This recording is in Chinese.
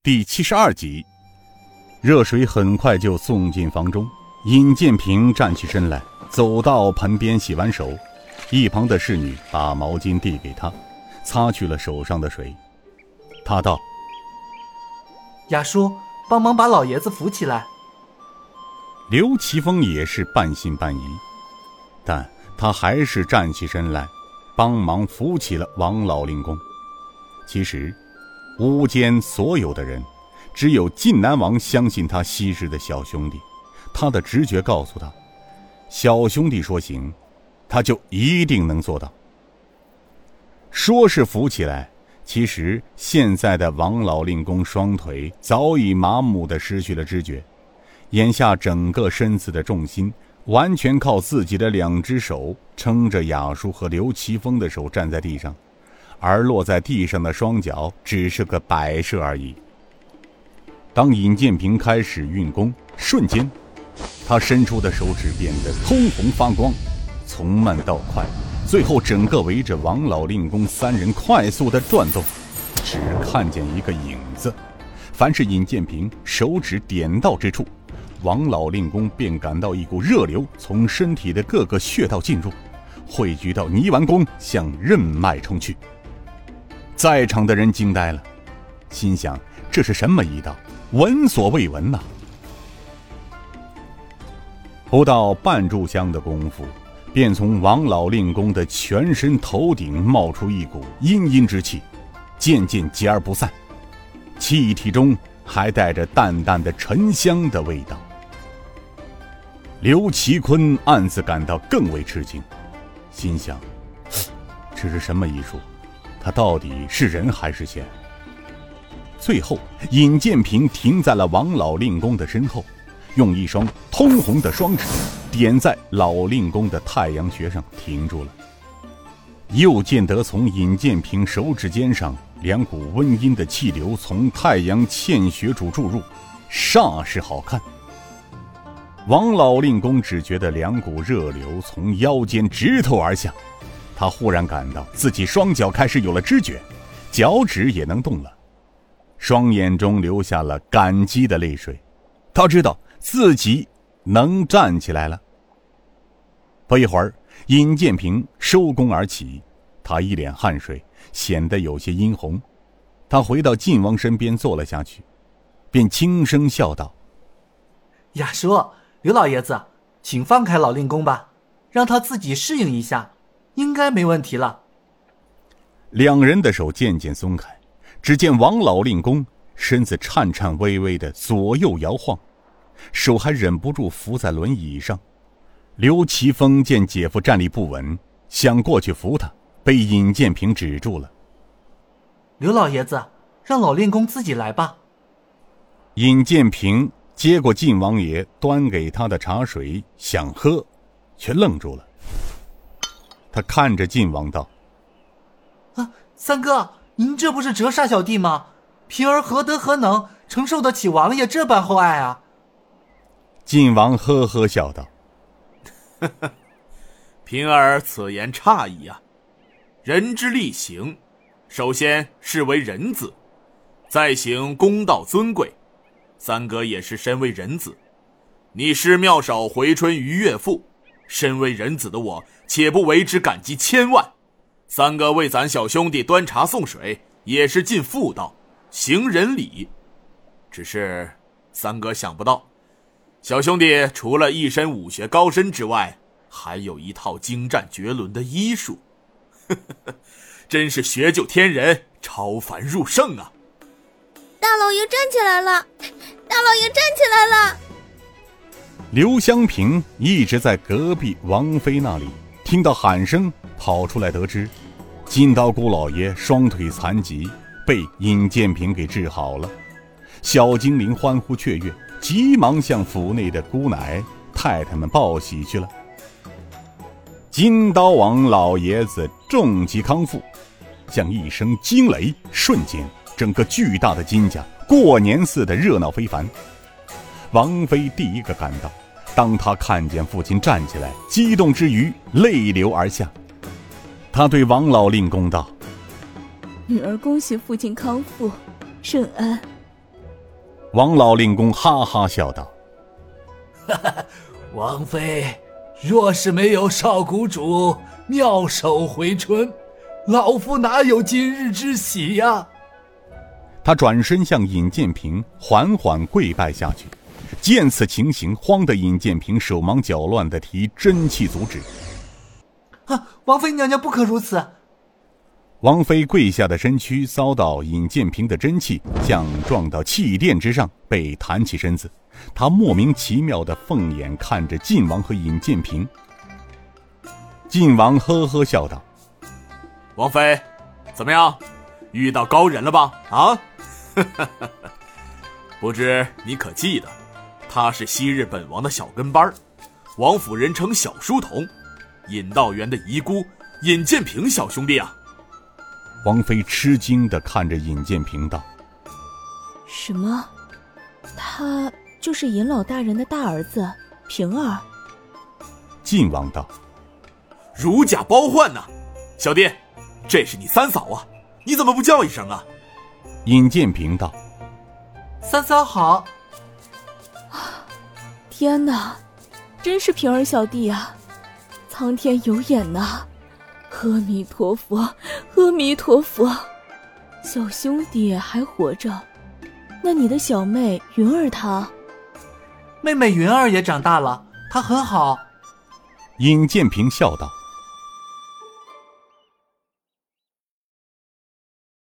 第72集。热水很快就送进房中，尹建平站起身来，走到盆边洗完手，一旁的侍女把毛巾递给他，擦去了手上的水。他道： 雅叔，帮忙把老爷子扶起来。 刘奇峰也是半信半疑，但他还是站起身来，帮忙扶起了王老令公。其实屋间所有的人，只有晋南王相信他昔日的小兄弟，他的直觉告诉他，小兄弟说行，他就一定能做到。说是扶起来，其实现在的王老令公双腿早已麻木地失去了知觉，眼下整个身子的重心完全靠自己的2只手撑着雅叔和刘奇峰的手站在地上，而落在地上的双脚只是个摆设而已。当尹建平开始运功，瞬间他伸出的手指变得通红发光，从慢到快，最后整个围着王老令公3人快速的转动，只看见一个影子。凡是尹建平手指点到之处，王老令公便感到一股热流从身体的各个穴道进入，汇聚到泥丸宫，向任脉冲去。在场的人惊呆了，心想这是什么医道，闻所未闻呐！不到半炷香的功夫，便从王老令公的全身头顶冒出一股阴阴之气，渐渐结而不散，气体中还带着淡淡的沉香的味道。刘奇坤暗自感到更为吃惊，心想这是什么医术，他到底是人还是仙？最后尹建平停在了王老令公的身后，用一双通红的双指点在老令公的太阳穴上停住了。又见得从尹建平手指尖上2股温阴的气流从太阳欠穴处注入，煞是好看。王老令公只觉得2股热流从腰间直透而下，他忽然感到自己双脚开始有了知觉，脚趾也能动了，双眼中流下了感激的泪水。他知道自己能站起来了。不一会儿，尹建平收功而起，他一脸汗水，显得有些殷红。他回到晋王身边坐了下去，便轻声笑道： 雅叔，刘老爷子，请放开老令公吧，让他自己适应一下，应该没问题了。 2人的手渐渐松开，只见王老令公身子颤颤巍巍的左右摇晃，手还忍不住扶在轮椅上。刘奇峰见姐夫站立不稳，想过去扶他，被尹建平止住了。 刘老爷子，让老令公自己来吧。 尹建平接过晋王爷端给他的茶水，想喝，却愣住了。他看着晋王道： 三哥，您这不是折煞小弟吗？平儿何德何能承受得起王爷这般厚爱啊？ 晋王呵呵笑道： 平儿此言差矣啊！人之力行，首先是为人子，再行公道尊贵。三哥也是身为人子，你师妙手回春于岳父，身为人子的我，且不为之感激千万。三哥为咱小兄弟端茶送水，也是尽妇道，行人礼。只是三哥想不到，小兄弟除了一身武学高深之外，还有一套精湛绝伦的医术，真是学究天人，超凡入圣啊！ 大老爷站起来了，大老爷站起来了。 刘香平一直在隔壁王妃那里，听到喊声跑出来，得知金刀姑老爷双腿残疾，被尹建平给治好了。小精灵欢呼雀跃，急忙向府内的姑奶太太们报喜去了。金刀王老爷子重疾康复，像一声惊雷，瞬间整个巨大的金家过年似的热闹非凡。王妃第一个赶到，当她看见父亲站起来，激动之余泪流而下。她对王老令公道： 女儿恭喜父亲康复，圣安。 王老令公哈哈笑道： 王妃，若是没有少谷主妙手回春，老夫哪有今日之喜呀？ 他转身向尹建平缓缓跪拜下去。见此情形，慌得尹建平手忙脚乱地提真气阻止。 王妃娘娘不可如此。 王妃跪下的身躯遭到尹建平的真气像撞到气垫之上，被弹起身子。她莫名其妙地凤眼看着晋王和尹建平。晋王呵呵笑道： 王妃，怎么样，遇到高人了吧？啊？不知你可记得，他是昔日本王的小跟班，王府人称小书童，尹道元的遗孤尹建平小兄弟啊。 王妃吃惊地看着尹建平道： 什么？他就是尹老大人的大儿子平儿？ 晋王道： 如假包换啊！小弟，这是你三嫂啊，你怎么不叫一声啊？ 尹建平道： 三嫂好。 天哪，真是平儿小弟啊！苍天有眼呐！阿弥陀佛，阿弥陀佛！小兄弟还活着，那你的小妹云儿她？ 妹妹云儿也长大了，她很好。 尹建平笑道：